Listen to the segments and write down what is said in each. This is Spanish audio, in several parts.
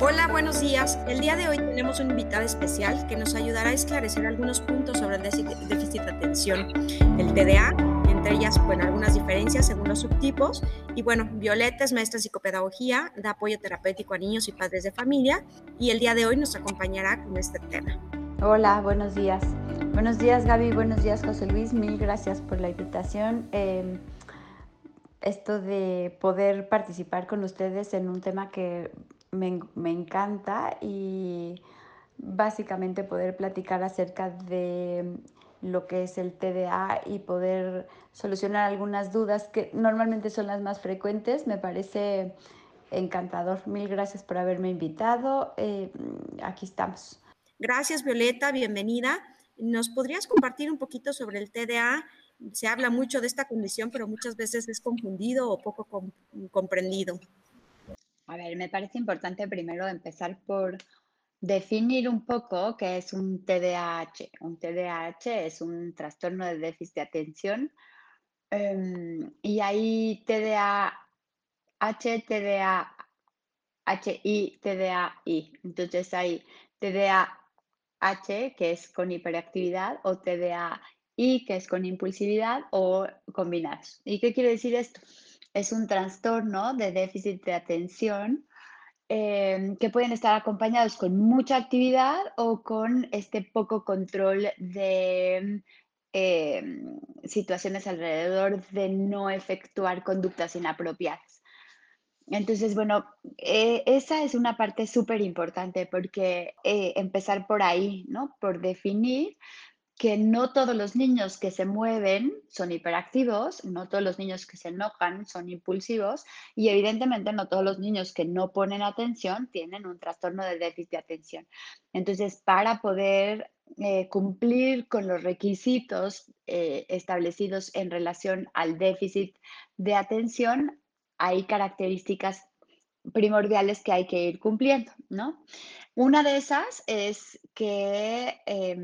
Hola, buenos días. El día de hoy tenemos una invitada especial que nos ayudará a esclarecer algunos puntos sobre el déficit de atención, el TDA, entre ellas, bueno, algunas diferencias según los subtipos. Y bueno, Violeta es maestra en psicopedagogía, da apoyo terapéutico a niños y padres de familia y el día de hoy nos acompañará con este tema. Hola, buenos días. Buenos días, Gaby. Buenos días, José Luis. Mil gracias por la invitación. Esto de poder participar con ustedes en un tema que me encanta y básicamente poder platicar acerca de lo que es el TDA y poder solucionar algunas dudas que normalmente son las más frecuentes, me parece encantador. Mil gracias por haberme invitado. Aquí estamos. Gracias, Violeta, bienvenida. ¿Nos podrías compartir un poquito sobre el TDA? Se habla mucho de esta condición, pero muchas veces es confundido o poco comprendido. A ver, me parece importante primero empezar por definir un poco qué es un TDAH. Un TDAH es un trastorno de déficit de atención y hay TDAH, TDAHI, TDAI. Entonces hay TDAH que es con hiperactividad o TDAI que es con impulsividad o combinados. ¿Y qué quiere decir esto? Es un trastorno de déficit de atención que pueden estar acompañados con mucha actividad o con este poco control de situaciones alrededor de no efectuar conductas inapropiadas. Entonces, bueno, esa es una parte súper importante porque empezar por ahí, ¿no? Por definir que no todos los niños que se mueven son hiperactivos, no todos los niños que se enojan son impulsivos y evidentemente no todos los niños que no ponen atención tienen un trastorno de déficit de atención. Entonces, para poder cumplir con los requisitos establecidos en relación al déficit de atención, hay características primordiales que hay que ir cumpliendo, ¿no? Una de esas es que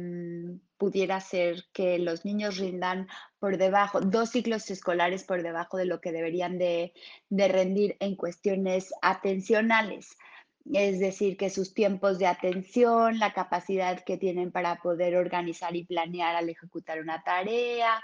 pudiera ser que los niños rindan por debajo, 2 ciclos escolares por debajo de lo que deberían de rendir en cuestiones atencionales. Es decir, que sus tiempos de atención, la capacidad que tienen para poder organizar y planear al ejecutar una tarea,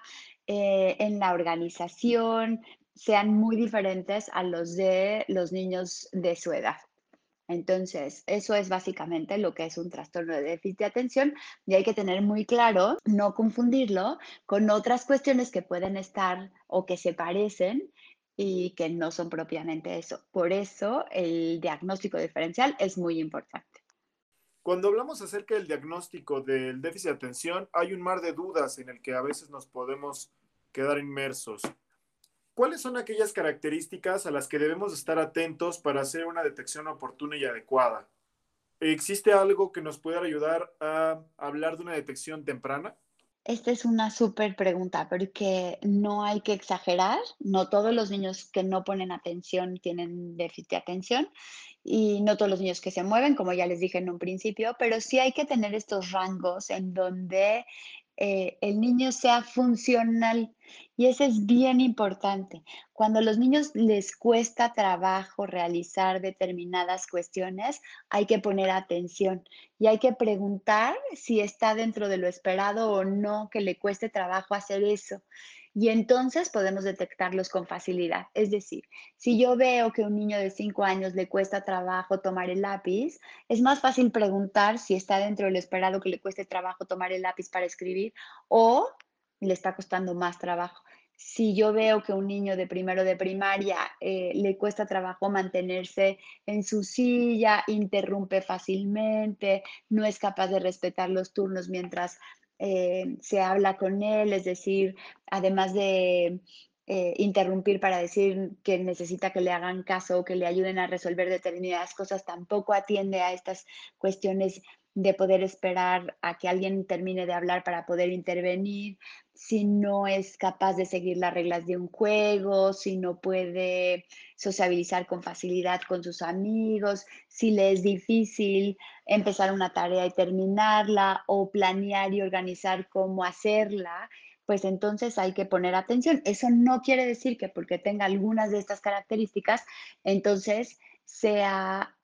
en la organización, sean muy diferentes a los de los niños de su edad. Entonces, eso es básicamente lo que es un trastorno de déficit de atención y hay que tener muy claro no confundirlo con otras cuestiones que pueden estar o que se parecen y que no son propiamente eso. Por eso el diagnóstico diferencial es muy importante. Cuando hablamos acerca del diagnóstico del déficit de atención, hay un mar de dudas en el que a veces nos podemos quedar inmersos. ¿Cuáles son aquellas características a las que debemos estar atentos para hacer una detección oportuna y adecuada? ¿Existe algo que nos pueda ayudar a hablar de una detección temprana? Esta es una súper pregunta porque no hay que exagerar, no todos los niños que no ponen atención tienen déficit de atención y no todos los niños que se mueven, como ya les dije en un principio, pero sí hay que tener estos rangos en donde el niño sea funcional y eso es bien importante. Cuando a los niños les cuesta trabajo realizar determinadas cuestiones, hay que poner atención y hay que preguntar si está dentro de lo esperado o no, que le cueste trabajo hacer eso. Y entonces podemos detectarlos con facilidad. Es decir, si yo veo que a un niño de 5 años le cuesta trabajo tomar el lápiz, es más fácil preguntar si está dentro de lo esperado que le cueste trabajo tomar el lápiz para escribir o le está costando más trabajo. Si yo veo que un niño de primero de primaria le cuesta trabajo mantenerse en su silla, interrumpe fácilmente, no es capaz de respetar los turnos mientras se habla con él, es decir, además de interrumpir para decir que necesita que le hagan caso o que le ayuden a resolver determinadas cosas, tampoco atiende a estas cuestiones de poder esperar a que alguien termine de hablar para poder intervenir, si no es capaz de seguir las reglas de un juego, si no puede sociabilizar con facilidad con sus amigos, si le es difícil empezar una tarea y terminarla o planear y organizar cómo hacerla, pues entonces hay que poner atención. Eso no quiere decir que porque tenga algunas de estas características, entonces sea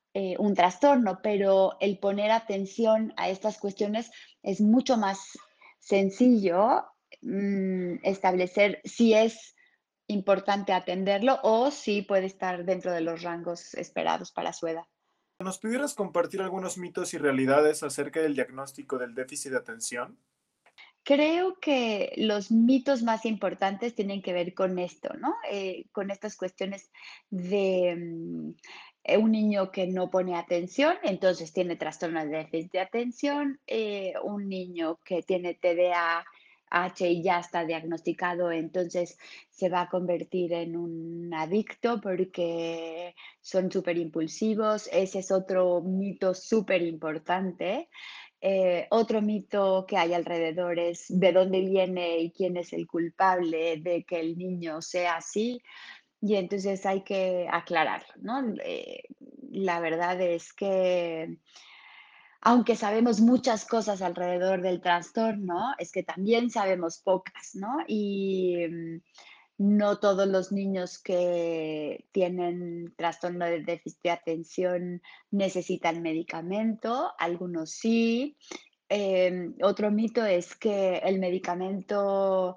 un trastorno, pero el poner atención a estas cuestiones es mucho más sencillo, establecer si es importante atenderlo o si puede estar dentro de los rangos esperados para su edad. ¿Nos pudieras compartir algunos mitos y realidades acerca del diagnóstico del déficit de atención? Creo que los mitos más importantes tienen que ver con esto, ¿no? Con estas cuestiones de un niño que no pone atención, entonces tiene trastorno de déficit de atención, un niño que tiene TDAH y ya está diagnosticado, entonces se va a convertir en un adicto porque son súper impulsivos. Ese es otro mito súper importante. Otro mito que hay alrededor es de dónde viene y quién es el culpable de que el niño sea así, y entonces hay que aclararlo, ¿no? La verdad es que aunque sabemos muchas cosas alrededor del trastorno, es que también sabemos pocas, ¿no? Y no todos los niños que tienen trastorno de déficit de atención necesitan medicamento, algunos sí. Otro mito es que el medicamento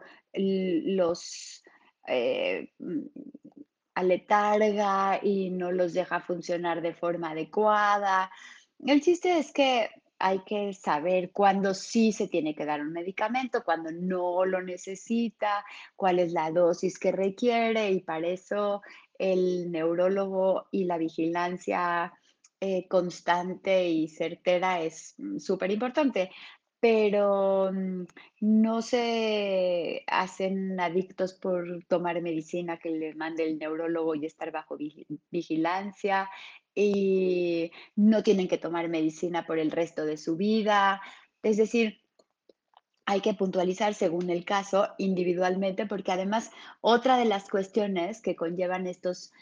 los eh, mm, aletarga y no los deja funcionar de forma adecuada. El chiste es que hay que saber cuándo sí se tiene que dar un medicamento, cuándo no lo necesita, cuál es la dosis que requiere, y para eso el neurólogo y la vigilancia constante y certera es súper importante. Pero no se hacen adictos por tomar medicina que le mande el neurólogo y estar bajo vigilancia, y no tienen que tomar medicina por el resto de su vida. Es decir, hay que puntualizar según el caso, individualmente, porque además otra de las cuestiones que conllevan estos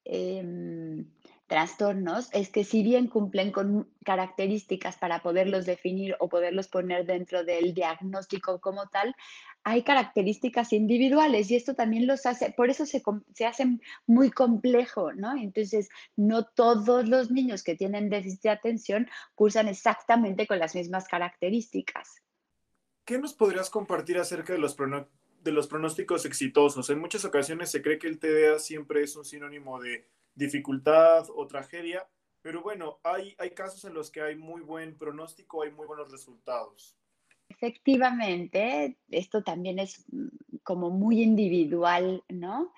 trastornos es que si bien cumplen con características para poderlos definir o poderlos poner dentro del diagnóstico como tal, hay características individuales y esto también los hace, por eso se hacen muy complejo, ¿no? Entonces, no todos los niños que tienen déficit de atención cursan exactamente con las mismas características. ¿Qué nos podrías compartir acerca de de los pronósticos exitosos? En muchas ocasiones se cree que el TDA siempre es un sinónimo de dificultad o tragedia, pero bueno, hay casos en los que hay muy buen pronóstico, hay muy buenos resultados. Efectivamente, esto también es como muy individual, ¿no?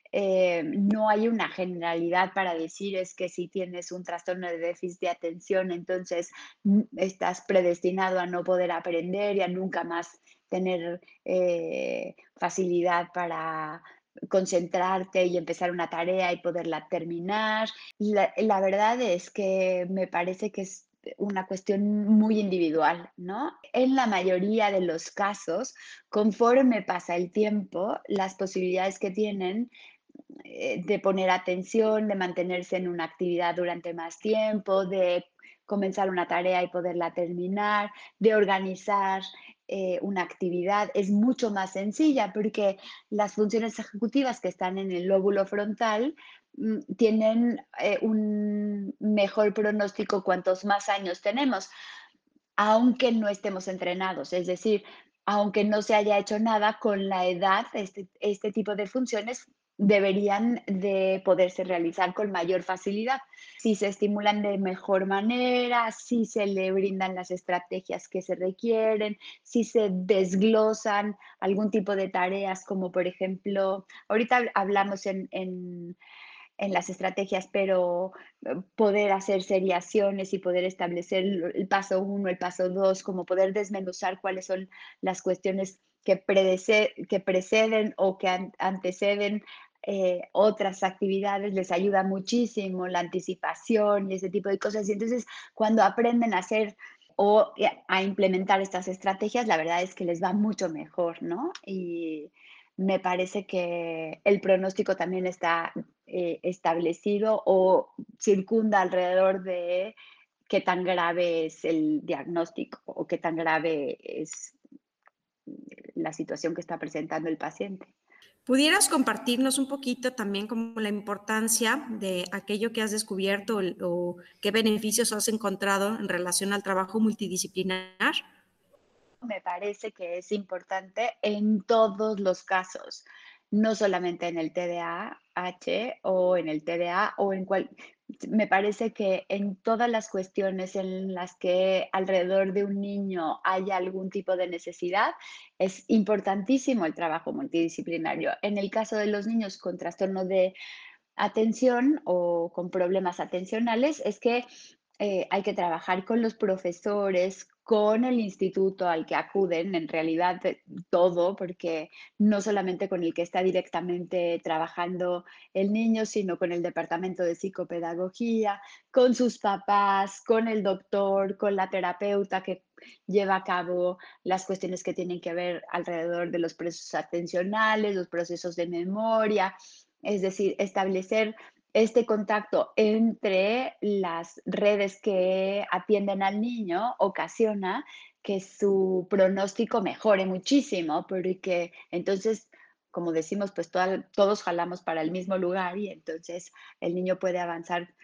No hay una generalidad para decir es que si tienes un trastorno de déficit de atención, entonces estás predestinado a no poder aprender y a nunca más tener facilidad para concentrarte y empezar una tarea y poderla terminar. La verdad es que me parece que es una cuestión muy individual, ¿no? En la mayoría de los casos, conforme pasa el tiempo, las posibilidades que tienen de poner atención, de mantenerse en una actividad durante más tiempo, de comenzar una tarea y poderla terminar, de organizar una actividad, es mucho más sencilla porque las funciones ejecutivas que están en el lóbulo frontal tienen un mejor pronóstico cuantos más años tenemos, aunque no estemos entrenados, es decir, aunque no se haya hecho nada con la edad, este tipo de funciones deberían de poderse realizar con mayor facilidad. Si se estimulan de mejor manera, si se le brindan las estrategias que se requieren, si se desglosan algún tipo de tareas, como por ejemplo, ahorita hablamos en las estrategias, pero poder hacer seriaciones y poder establecer el paso uno, el paso dos, como poder desmenuzar cuáles son las cuestiones que preceden o que anteceden otras actividades, les ayuda muchísimo la anticipación y ese tipo de cosas. Y entonces, cuando aprenden a hacer o a implementar estas estrategias, la verdad es que les va mucho mejor, ¿no? Y me parece que el pronóstico también está establecido o circunda alrededor de qué tan grave es el diagnóstico o qué tan grave es la situación que está presentando el paciente. ¿Pudieras compartirnos un poquito también como la importancia de aquello que has descubierto o qué beneficios has encontrado en relación al trabajo multidisciplinar? Me parece que es importante en todos los casos, no solamente en el TDAH o en el TDA o en cual, me parece que en todas las cuestiones en las que alrededor de un niño haya algún tipo de necesidad, es importantísimo el trabajo multidisciplinario. En el caso de los niños con trastorno de atención o con problemas atencionales es que hay que trabajar con los profesores, con el instituto al que acuden, en realidad todo, porque no solamente con el que está directamente trabajando el niño, sino con el departamento de psicopedagogía, con sus papás, con el doctor, con la terapeuta que lleva a cabo las cuestiones que tienen que ver alrededor de los procesos atencionales, los procesos de memoria, es decir, establecer este contacto entre las redes que atienden al niño ocasiona que su pronóstico mejore muchísimo, porque entonces, como decimos, pues todos jalamos para el mismo lugar y entonces el niño puede avanzar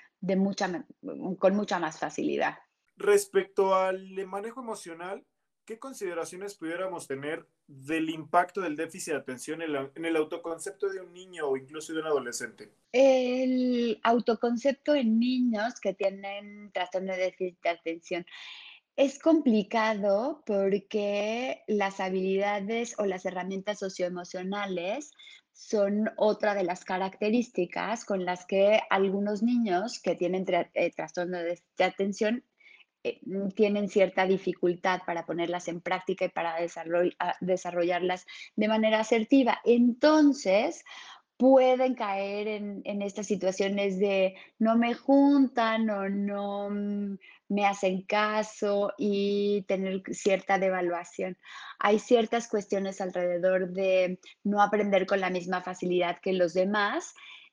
con mucha más facilidad. Respecto al manejo emocional, ¿qué consideraciones pudiéramos tener del impacto del déficit de atención en el autoconcepto de un niño o incluso de un adolescente? El autoconcepto en niños que tienen trastorno de déficit de atención es complicado porque las habilidades o las herramientas socioemocionales son otra de las características con las que algunos niños que tienen trastorno de déficit de atención tienen cierta dificultad para ponerlas en práctica y para desarrollarlas de manera asertiva. Entonces, pueden caer en estas situaciones de no me juntan o no me hacen caso y tener cierta devaluación. Hay ciertas cuestiones alrededor de no aprender con la misma facilidad que los demás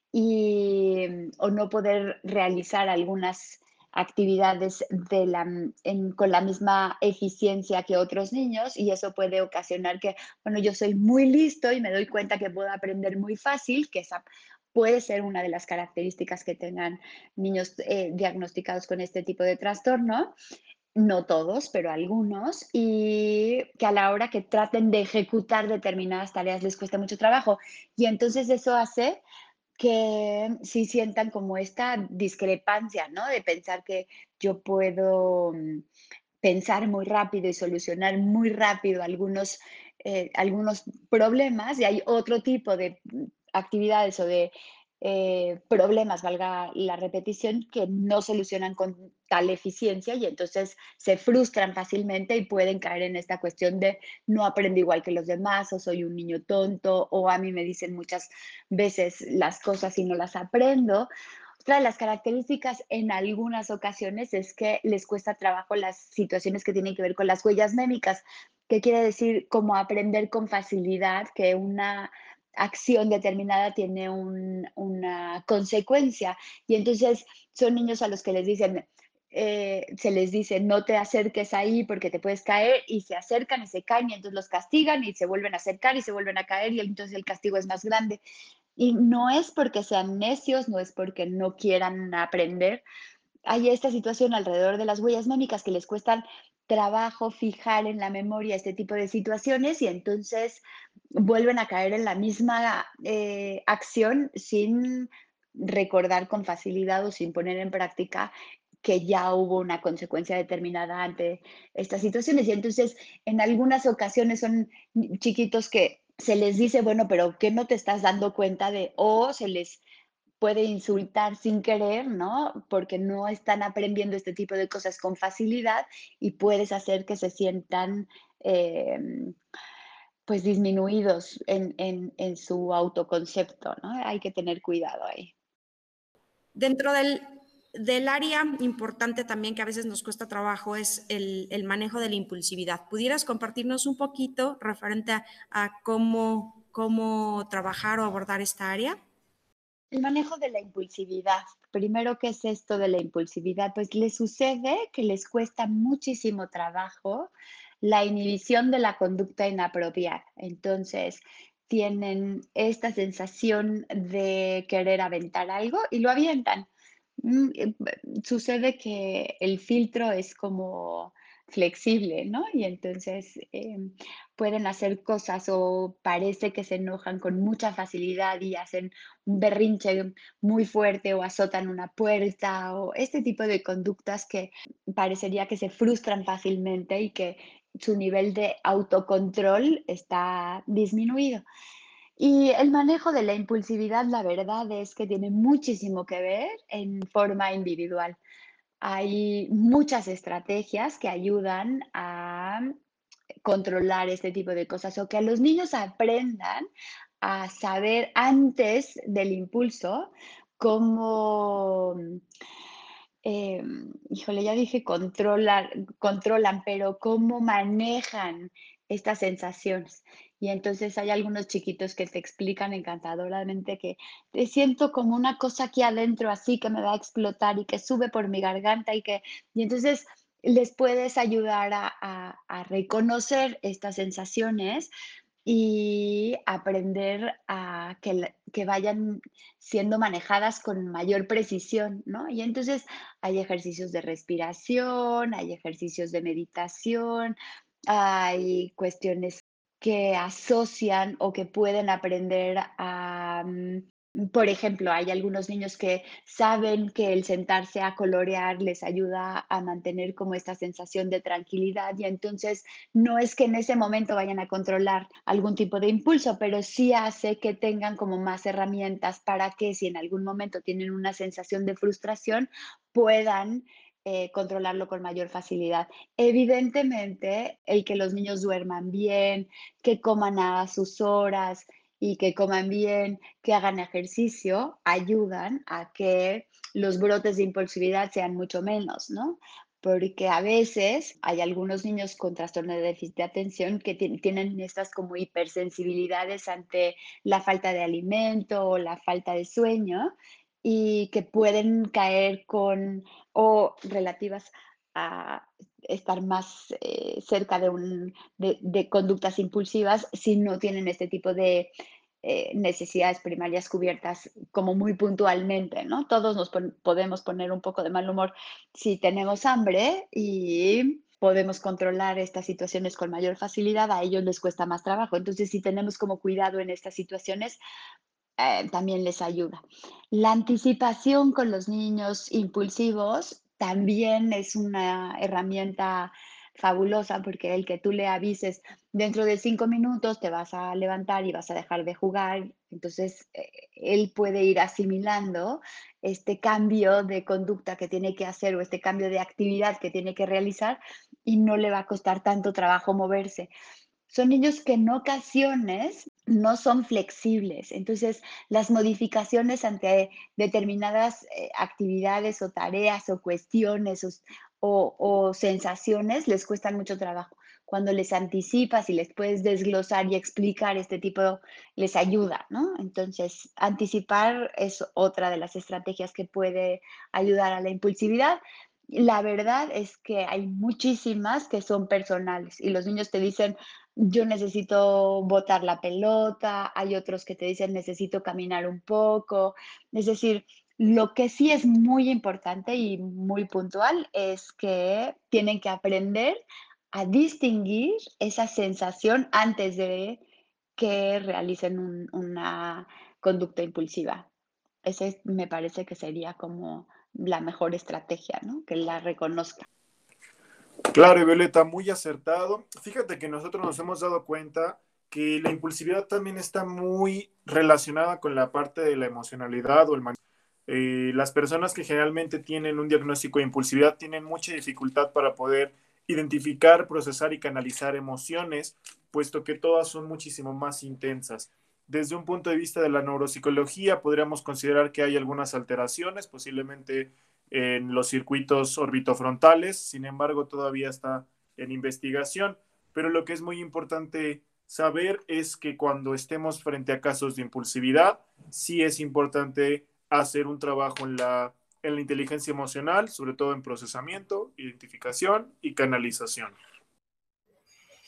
o no poder realizar algunas actividades con la misma eficiencia que otros niños y eso puede ocasionar que, bueno, yo soy muy listo y me doy cuenta que puedo aprender muy fácil, que esa puede ser una de las características que tengan niños diagnosticados con este tipo de trastorno, no todos, pero algunos, y que a la hora que traten de ejecutar determinadas tareas les cuesta mucho trabajo. Y entonces eso hace que sí sientan como esta discrepancia, ¿no? De pensar que yo puedo pensar muy rápido y solucionar muy rápido algunos problemas y hay otro tipo de actividades o de problemas, valga la repetición, que no solucionan con tal eficiencia y entonces se frustran fácilmente y pueden caer en esta cuestión de no aprendo igual que los demás o soy un niño tonto o a mí me dicen muchas veces las cosas y no las aprendo. Otra de las características en algunas ocasiones es que les cuesta trabajo las situaciones que tienen que ver con las huellas mémicas, que quiere decir como aprender con facilidad que una acción determinada tiene una consecuencia. Y entonces son niños a los que se les dice no te acerques ahí porque te puedes caer y se acercan y se caen y entonces los castigan y se vuelven a acercar y se vuelven a caer y entonces el castigo es más grande. Y no es porque sean necios, no es porque no quieran aprender. Hay esta situación alrededor de las huellas mémicas que les cuestan trabajo fijar en la memoria este tipo de situaciones y entonces vuelven a caer en la misma acción sin recordar con facilidad o sin poner en práctica que ya hubo una consecuencia determinada ante estas situaciones. Y entonces, en algunas ocasiones son chiquitos que se les dice, bueno, pero ¿qué no te estás dando cuenta de? O se les puede insultar sin querer, ¿no? Porque no están aprendiendo este tipo de cosas con facilidad y puedes hacer que se sientan, pues, disminuidos en su autoconcepto, ¿no? Hay que tener cuidado ahí. Dentro del área importante también que a veces nos cuesta trabajo es el manejo de la impulsividad. ¿Pudieras compartirnos un poquito referente a cómo trabajar o abordar esta área? El manejo de la impulsividad. Primero, ¿qué es esto de la impulsividad? Pues les sucede que les cuesta muchísimo trabajo la inhibición de la conducta inapropiada. Entonces, tienen esta sensación de querer aventar algo y lo avientan. Sucede que el filtro es como flexible, ¿no? Y entonces pueden hacer cosas o parece que se enojan con mucha facilidad y hacen un berrinche muy fuerte o azotan una puerta o este tipo de conductas que parecería que se frustran fácilmente y que su nivel de autocontrol está disminuido. Y el manejo de la impulsividad, la verdad es que tiene muchísimo que ver en forma individual. Hay muchas estrategias que ayudan a controlar este tipo de cosas o que los niños aprendan a saber antes del impulso cómo, híjole, ya dije controlan, pero cómo manejan estas sensaciones. Y entonces hay algunos chiquitos que te explican encantadoramente que te siento como una cosa aquí adentro así que me va a explotar y que sube por mi garganta y entonces les puedes ayudar a reconocer estas sensaciones y aprender a que vayan siendo manejadas con mayor precisión, ¿no? Y entonces hay ejercicios de respiración, hay ejercicios de meditación, hay cuestiones que asocian o que pueden aprender a, por ejemplo, hay algunos niños que saben que el sentarse a colorear les ayuda a mantener como esta sensación de tranquilidad y entonces no es que en ese momento vayan a controlar algún tipo de impulso, pero sí hace que tengan como más herramientas para que si en algún momento tienen una sensación de frustración, puedan controlarlo con mayor facilidad. Evidentemente, el que los niños duerman bien, que coman a sus horas y que coman bien, que hagan ejercicio, ayudan a que los brotes de impulsividad sean mucho menos, ¿no? Porque a veces hay algunos niños con trastorno de déficit de atención que tienen estas como hipersensibilidades ante la falta de alimento o la falta de sueño y que pueden caer con o relativas a estar más cerca de conductas impulsivas si no tienen este tipo de necesidades primarias cubiertas como muy puntualmente, ¿no? Todos podemos poner un poco de mal humor si tenemos hambre y podemos controlar estas situaciones con mayor facilidad, a ellos les cuesta más trabajo. Entonces, si tenemos como cuidado en estas situaciones, también les ayuda. La anticipación con los niños impulsivos también es una herramienta fabulosa porque el que tú le avises dentro de 5 minutos te vas a levantar y vas a dejar de jugar, entonces él puede ir asimilando este cambio de conducta que tiene que hacer o este cambio de actividad que tiene que realizar y no le va a costar tanto trabajo moverse. Son niños que en ocasiones no son flexibles. Entonces, las modificaciones ante determinadas actividades o tareas o cuestiones o sensaciones les cuestan mucho trabajo. Cuando les anticipas y les puedes desglosar y explicar este tipo, les ayuda, ¿no? Entonces, anticipar es otra de las estrategias que puede ayudar a la impulsividad. La verdad es que hay muchísimas que son personales y los niños te dicen, yo necesito botar la pelota, hay otros que te dicen necesito caminar un poco. Es decir, lo que sí es muy importante y muy puntual es que tienen que aprender a distinguir esa sensación antes de que realicen una conducta impulsiva. Ese me parece que sería como la mejor estrategia, ¿no? Que la reconozca. Claro, Violeta, muy acertado. Fíjate que nosotros nos hemos dado cuenta que la impulsividad también está muy relacionada con la parte de la emocionalidad o el manejo. Las personas que generalmente tienen un diagnóstico de impulsividad tienen mucha dificultad para poder identificar, procesar y canalizar emociones, puesto que todas son muchísimo más intensas. Desde un punto de vista de la neuropsicología, podríamos considerar que hay algunas alteraciones, posiblemente en los circuitos orbitofrontales, sin embargo, todavía está en investigación, pero lo que es muy importante saber es que cuando estemos frente a casos de impulsividad, sí es importante hacer un trabajo en la inteligencia emocional, sobre todo en procesamiento, identificación y canalización.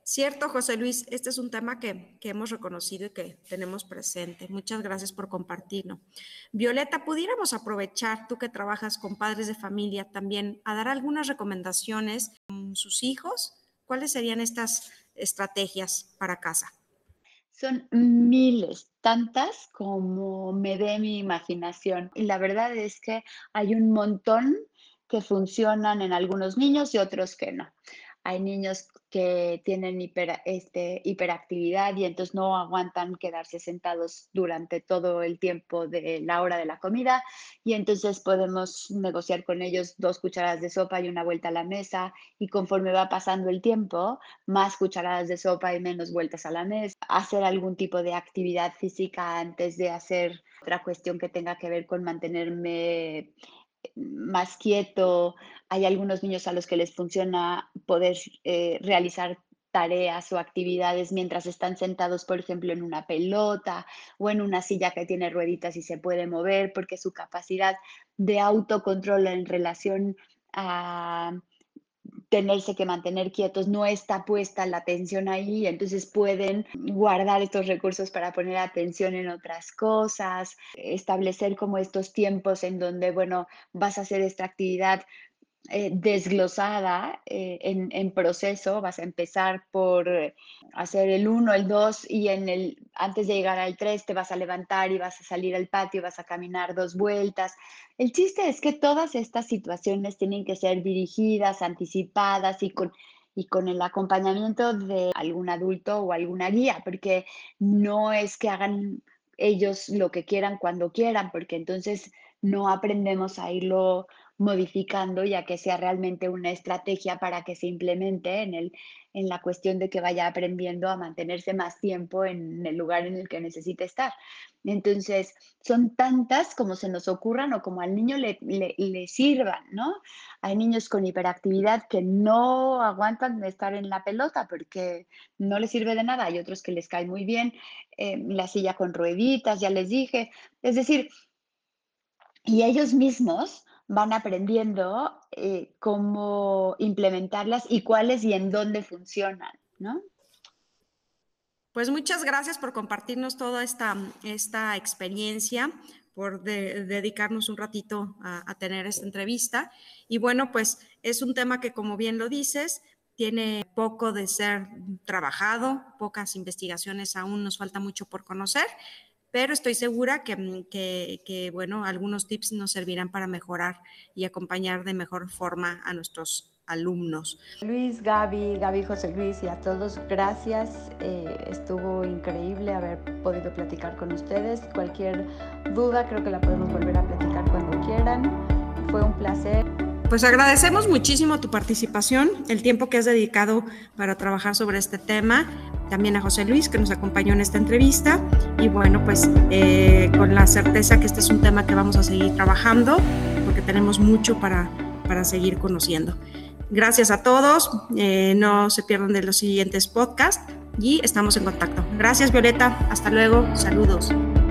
Cierto, José Luis, este es un tema que hemos reconocido y que tenemos presente. Muchas gracias por compartirlo. Violeta, pudiéramos aprovechar, tú que trabajas con padres de familia también, a dar algunas recomendaciones con sus hijos. ¿Cuáles serían estas estrategias para casa? Son miles, tantas como me dé mi imaginación. Y la verdad es que hay un montón que funcionan en algunos niños y otros que no. Hay niños que tienen hiperactividad y entonces no aguantan quedarse sentados durante todo el tiempo de la hora de la comida y entonces podemos negociar con ellos 2 cucharadas de sopa y una vuelta a la mesa y conforme va pasando el tiempo, más cucharadas de sopa y menos vueltas a la mesa, hacer algún tipo de actividad física antes de hacer otra cuestión que tenga que ver con mantenerme más quieto. Hay algunos niños a los que les funciona poder realizar tareas o actividades mientras están sentados, por ejemplo, en una pelota o en una silla que tiene rueditas y se puede mover, porque su capacidad de autocontrol en relación a tenerse que mantener quietos, no está puesta la atención ahí, entonces pueden guardar estos recursos para poner atención en otras cosas, establecer como estos tiempos en donde, bueno, vas a hacer esta actividad desglosada en proceso, vas a empezar por hacer el 1, el 2 y antes de llegar al 3 te vas a levantar y vas a salir al patio, vas a caminar 2 vueltas. El chiste es que todas estas situaciones tienen que ser dirigidas, anticipadas y con el acompañamiento de algún adulto o alguna guía, porque no es que hagan ellos lo que quieran cuando quieran, porque entonces no aprendemos a irlo modificando ya que sea realmente una estrategia para que se implemente en la cuestión de que vaya aprendiendo a mantenerse más tiempo en el lugar en el que necesite estar. Entonces, son tantas como se nos ocurran o como al niño le sirvan, ¿no? Hay niños con hiperactividad que no aguantan estar en la pelota porque no les sirve de nada. Hay otros que les cae muy bien la silla con rueditas, ya les dije. Es decir, y ellos mismos van aprendiendo cómo implementarlas y cuáles y en dónde funcionan, ¿no? Pues muchas gracias por compartirnos toda esta experiencia, por dedicarnos un ratito a tener esta entrevista. Y bueno, pues es un tema que, como bien lo dices, tiene poco de ser trabajado, pocas investigaciones aún, nos falta mucho por conocer, pero estoy segura que bueno, algunos tips nos servirán para mejorar y acompañar de mejor forma a nuestros alumnos. Luis, Gaby, José Luis y a todos, gracias. Estuvo increíble haber podido platicar con ustedes. Cualquier duda creo que la podemos volver a platicar cuando quieran. Fue un placer. Pues agradecemos muchísimo tu participación, el tiempo que has dedicado para trabajar sobre este tema, también a José Luis que nos acompañó en esta entrevista y bueno, pues con la certeza que este es un tema que vamos a seguir trabajando porque tenemos mucho para seguir conociendo. Gracias a todos, no se pierdan de los siguientes podcasts y estamos en contacto. Gracias Violeta, hasta luego, saludos.